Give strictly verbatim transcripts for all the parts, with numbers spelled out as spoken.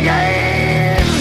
game.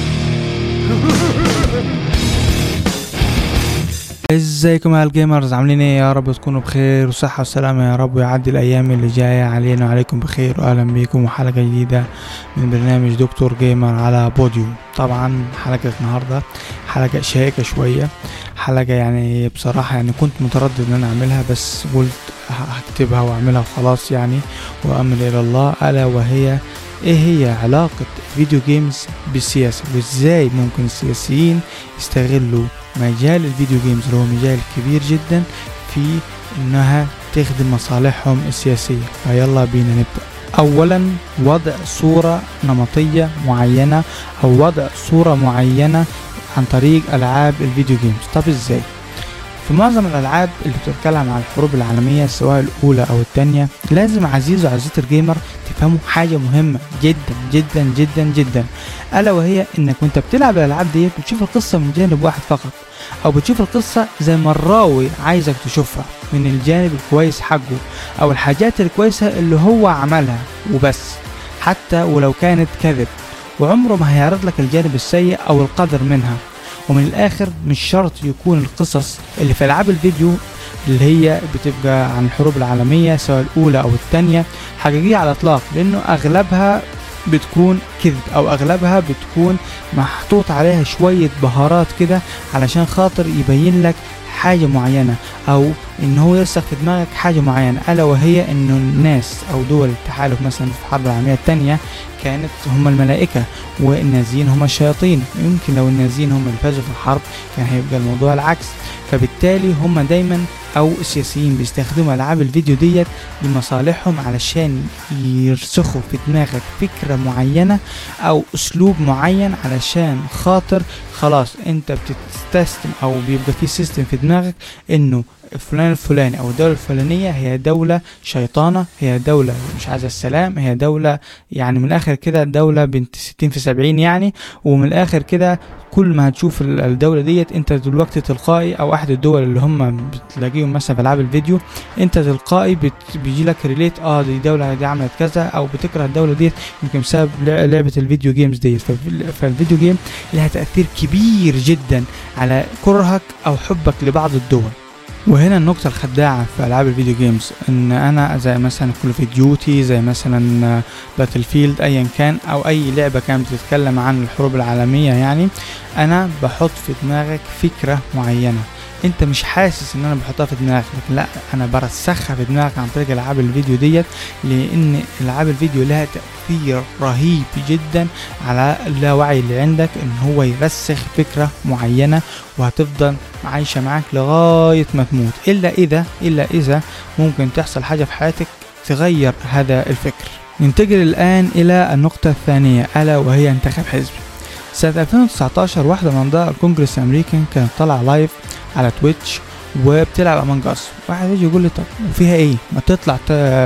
ازيكم يا الجيمرز، عاملين ايه؟ يا رب تكونوا بخير وصحة وسلامة يا رب، ويعدي الايام اللي جاية علينا وعليكم بخير. واهلا بيكم وحلقة جديدة من برنامج دكتور جيمر على بوديو. طبعا حلقة النهاردة حلقة شائكة شوية، حلقة يعني بصراحة يعني كنت متردد ان انا اعملها، بس قلت هكتبها واعملها وخلاص يعني وامر الى الله. الا وهي ايه هي علاقة فيديو جيمز بالسياسة، وازاي ممكن السياسيين يستغلوا مجال الفيديو جيمز اللي هو مجال كبير جدا في انها تخدم مصالحهم السياسية. فيلا بينا نبدأ. اولا، وضع صورة نمطية معينة او وضع صورة معينة عن طريق العاب الفيديو جيمز. طب ازاي؟ في معظم الالعاب اللي بتتكلم عن الحروب العالمية سواء الاولى او الثانية، لازم عزيزي وعزيزتي الجيمر تفهموا حاجة مهمة جدا جدا جدا جدا، الا وهي انك وانت بتلعب الالعاب دي بتشوف القصة من جانب واحد فقط، او بتشوف القصة زي ما الراوي عايزك تشوفها من الجانب الكويس حقه او الحاجات الكويسة اللي هو عملها وبس، حتى ولو كانت كذب، وعمره ما هيعرض لك الجانب السيء او القذر منها. ومن الاخر مش شرط يكون القصص اللي في العاب الفيديو اللي هي بتبقى عن الحروب العالمية سواء الاولى او الثانية حقيقية على الاطلاق، لانه اغلبها بتكون كذب او اغلبها بتكون محطوط عليها شوية بهارات كده علشان خاطر يبين لك حاجة معينة او ان هو يرسخ في دماغك حاجة معينة، الا وهي انه الناس او دول التحالف مثلا في الحرب العالمية الثانية كانت هم الملائكة والنازيين هم الشياطين. يمكن لو النازيين هم اللي فازوا في الحرب كان هيبقى الموضوع العكس. فبالتالي هم دايما او السياسيين بيستخدموا العاب الفيديو ديت لمصالحهم علشان يرسخوا في دماغك فكرة معينة او اسلوب معين، علشان خاطر خلاص انت بتستسلم او بيبقى في سيستم في دماغك انه فلان الفلاني او الدولة الفلانية هي دولة شيطانة، هي دولة مش عايزة السلام، هي دولة يعني من الاخر كده دولة بنت ستين في سبعين يعني. ومن الاخر كده كل ما هتشوف الدولة ديت انت دلوقتي تلقائي، او احد الدول اللي هم بتلاقيهم مثلا في العاب الفيديو انت تلقائي بيجي لك ريليت اه دي دولة دي عملت كذا، او بتكره الدولة ديت يمكن بسبب لعبة الفيديو جيمز ديت. فالفيديو جيم لها تأثير كبير جدا على كرهك او حبك لبعض الدول. وهنا النقطة الخداعة في ألعاب الفيديو جيمز ان انا زي مثلا كول اوف ديوتي، زي مثلا باتل فيلد، ايا كان او اي لعبة كانت بتتكلم عن الحروب العالمية، يعني انا بحط في دماغك فكرة معينة انت مش حاسس ان انا بحطها في دماغك، لكن لا انا برسخها في دماغك عن طريق العاب الفيديو ديت، لان العاب الفيديو لها تأثير رهيب جدا على اللاوعي اللي عندك ان هو يرسخ فكرة معينة وهتفضل عايشة معاك لغاية ما تموت، الا اذا الا اذا ممكن تحصل حاجة في حياتك تغير هذا الفكر. ننتقل الان الى النقطة الثانية، الا وهي انتخاب حزب. سنة ألفين وتسعتاشر واحدة من أعضاء الكونجرس الأمريكي كانت طالعة لايف على تويتش وبتلعب أمانج أس. واحد يجي يقول لي طب وفيها ايه؟ ما تطلع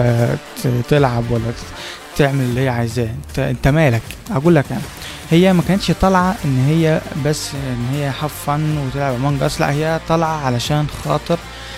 تلعب ولا تعمل اللي هي عايزاه، انت, انت مالك؟ اقول لك يعني هي ما كانتش طالعة ان هي بس ان هي حفن وتلعب أمانج أس، لا هي طالعة علشان خاطر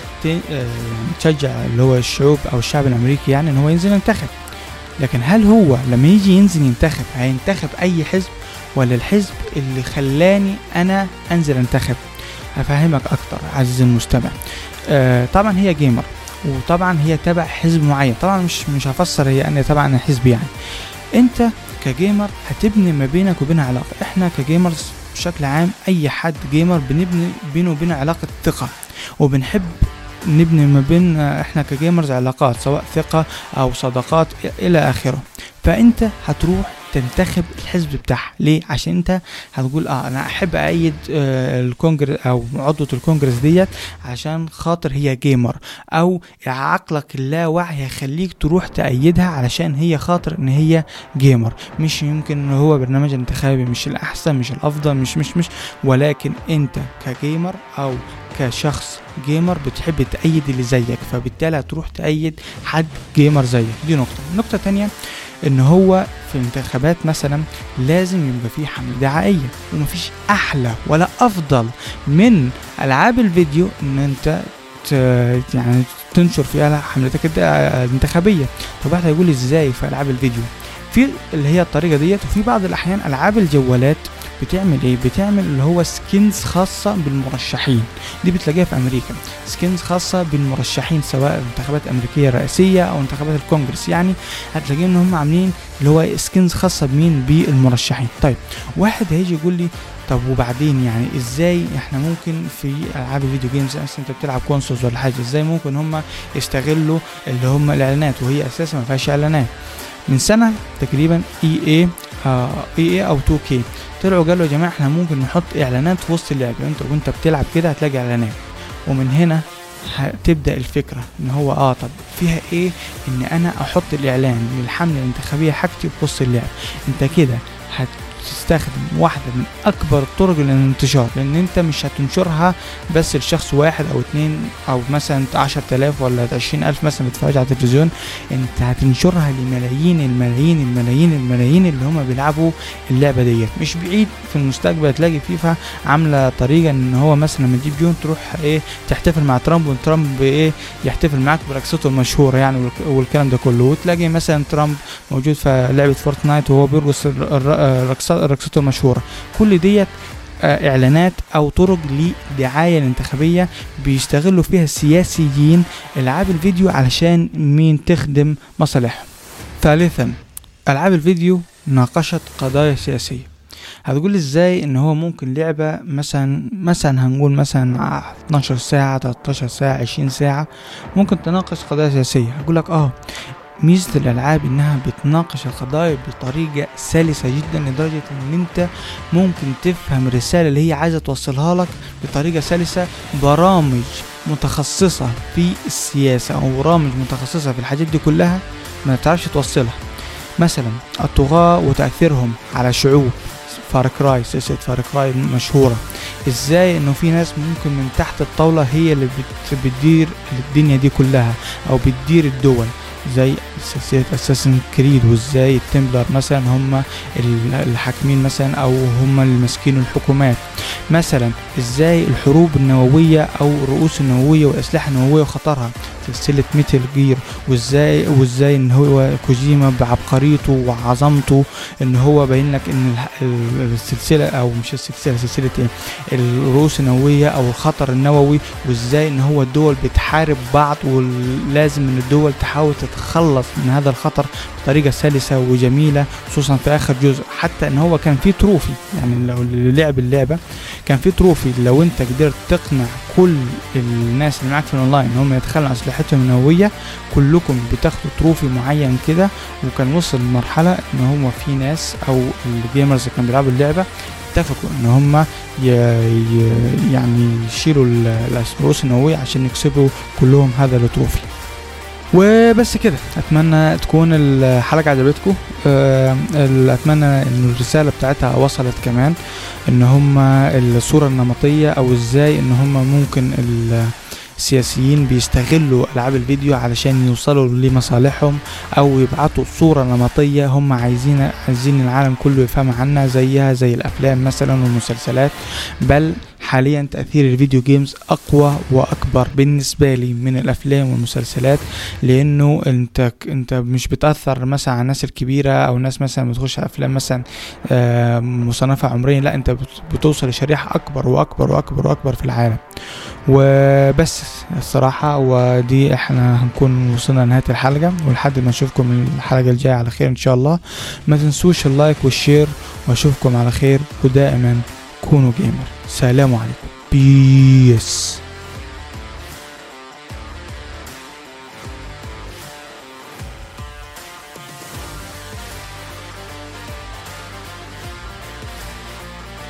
تشجع اللي هو الشعوب او الشعب الامريكي يعني ان هو ينزل ينتخب. لكن هل هو لما يجي ينزل ينتخب هينتخب اي حزب ولا الحزب اللي خلاني انا انزل انتخب؟ هفهمك اكتر عزيزي المستمع. آه طبعا هي جيمر، وطبعا هي تبع حزب معين، طبعا مش مش هفسر هي ان تبع عن الحزب. يعني انت كجيمر هتبني ما بينك وبينها علاقة. احنا كجيمرز بشكل عام اي حد جيمر بنبني بينه وبين علاقة ثقة، وبنحب نبني ما بين احنا كجيمرز علاقات سواء ثقة او صداقات الى اخره. فانت هتروح تنتخب الحزب بتاعها ليه؟ عشان انت هتقول اه انا احب ايد آه الكونجرس او عضوة الكونجرس ديت عشان خاطر هي جيمر، او عقلك اللاواعي هيخليك تروح تأيدها علشان هي خاطر ان هي جيمر. مش يمكن ان هو برنامج انتخابي مش الاحسن مش الافضل مش مش مش ولكن انت كجيمر او كشخص جيمر بتحب تأيد اللي زيك، فبالتالي هتروح تأيد حد جيمر زيك. دي نقطة. النقطة تانية ان هو في الانتخابات مثلا لازم يبقى فيه حملة دعائية، ومفيش احلى ولا افضل من العاب الفيديو ان انت يعني تنشر فيها حملتك الانتخابية. طب واحد هيقول ازاي في العاب الفيديو؟ في اللي هي الطريقة ديت. وفي بعض الأحيان ألعاب الجوالات بتعمل ايه؟ بتعمل اللي هو سكينز خاصة بالمرشحين، دي بتلاقيها في امريكا، سكينز خاصة بالمرشحين سواء الانتخابات الامريكية الرئاسية او انتخابات الكونجرس، يعني هتلاقيه ان هم عاملين اللي هو سكينز خاصة بمين؟ بالمرشحين. طيب واحد هيجي يقول لي طب وبعدين يعني ازاي احنا ممكن في العاب الفيديو جيمز مثلا انت بتلعب كونسولز ولا حاجة، ازاي ممكن هم يستغلوا اللي هم الاعلانات وهي اساسا ما فيهاش اعلانات؟ من سنة تقريبا اي اي اي اي او تو كي طلعوا قالوا يا جماعه احنا ممكن نحط اعلانات في وسط اللعبه، انت وانت بتلعب كده هتلاقي اعلانات. ومن هنا هتبدا الفكره ان هو اه طب فيها ايه ان انا احط الاعلان للحمله الانتخابيه حاجتي في وسط اللعبه؟ انت كده هتستخدم واحده من اكبر الطرق للانتشار، لان انت مش هتنشرها بس لشخص واحد او اتنين او مثلا عشر تلاف ولا عشرين الف مثلا بتتفرج على التلفزيون، انت هتنشرها لملايين الملايين الملايين الملايين اللي هم بيلعبوا اللعبه ديت. مش بعيد في المستقبل تلاقي فيفا عامله طريقه ان هو مثلا لما تجيب جون تروح ايه تحتفل مع ترامب، وترامب ايه يحتفل معاك برقصته المشهوره يعني والكلام ده كله، وتلاقي مثلا ترامب موجود في لعبه فورتنايت وهو بيرقص الرقصه رقصته المشهورة. كل ديت اعلانات او طرق لدعاية الانتخابية بيستغلوا فيها السياسيين العاب الفيديو علشان مين؟ تخدم مصالحهم. ثالثا العاب الفيديو ناقشت قضايا سياسية. هتقول ازاي ان هو ممكن لعبة مثلا مثلا هنقول مثلا اتناشر ساعة تلتاشر ساعة عشرين ساعة ممكن تناقش قضايا سياسية؟ هقول لك اه ميزة الألعاب إنها بتناقش القضايا بطريقة سلسة جدا لدرجة إن أنت ممكن تفهم الرسالة اللي هي عايزة توصلها لك بطريقة سلسة. برامج متخصصة في السياسة أو برامج متخصصة في الحاجات دي كلها ما تعرفش توصلها. مثلا الطغاة وتأثيرهم على شعوب، فاركراي، سلسلة فاركراي مشهورة، ازاي انه في ناس ممكن من تحت الطاولة هي اللي بتدير الدنيا دي كلها او بتدير الدول، زي سلسلة اساسن كريد، وازاي التمبلر مثلا هم الحاكمين مثلا او هم المسكين الحكومات. مثلا ازاي الحروب النووية او الرؤوس النووية والاسلحة النووية وخطرها، سلسلة ميتل جير، وازاي وازاي ان هو كوجيما بعبقريته وعظمته ان هو باين لك ان السلسلة او مش السلسلة سلسلة ايه الرؤوس النووية او الخطر النووي، وازاي ان هو الدول بتحارب بعض ولازم ان الدول تحاول تتخلص من هذا الخطر بطريقة سلسة وجميلة، خصوصا في اخر جزء. حتى ان هو كان فيه تروفي، يعني لو لعب اللعبة كان فيه تروفي لو انت قدرت تقنع كل الناس اللي معاك في الاونلاين ان هم يتخلوا عن اسلحتهم النووية، كلكم بتاخدوا تروفي معين كده. وكان وصل لمرحلة ان هم في ناس او الجيمرز اللي كانوا بيلعبوا اللعبة اتفقوا ان هم يعني يشيلوا الرؤوس النووية عشان يكسبوا كلهم هذا التروفي. وبس كده، اتمنى تكون الحلقة عجبتكم. اتمنى ان الرسالة بتاعتها وصلت كمان، ان هم الصورة النمطية او ازاي ان هم ممكن السياسيين بيستغلوا العاب الفيديو علشان يوصلوا لمصالحهم او يبعتوا صورة نمطية هم عايزين عايزين العالم كله يفهم عنها، زيها زي الافلام مثلا والمسلسلات. بل حاليا تأثير الفيديو جيمز أقوى وأكبر بالنسبة لي من الأفلام والمسلسلات، لأنه أنت أنت مش بتأثر مثلا على الناس الكبيرة أو الناس مثلا بتخش أفلام مثلا مصنفة عمريا، لا أنت بتوصل لشريحة أكبر وأكبر وأكبر وأكبر في العالم. وبس الصراحة ودي احنا هنكون وصلنا لنهاية الحلقة، ولحد ما نشوفكم الحلقة الجاية على خير إن شاء الله. ما تنسوش اللايك والشير، واشوفكم على خير، ودائما كونوا جيمر. سلام عليكم. بيس.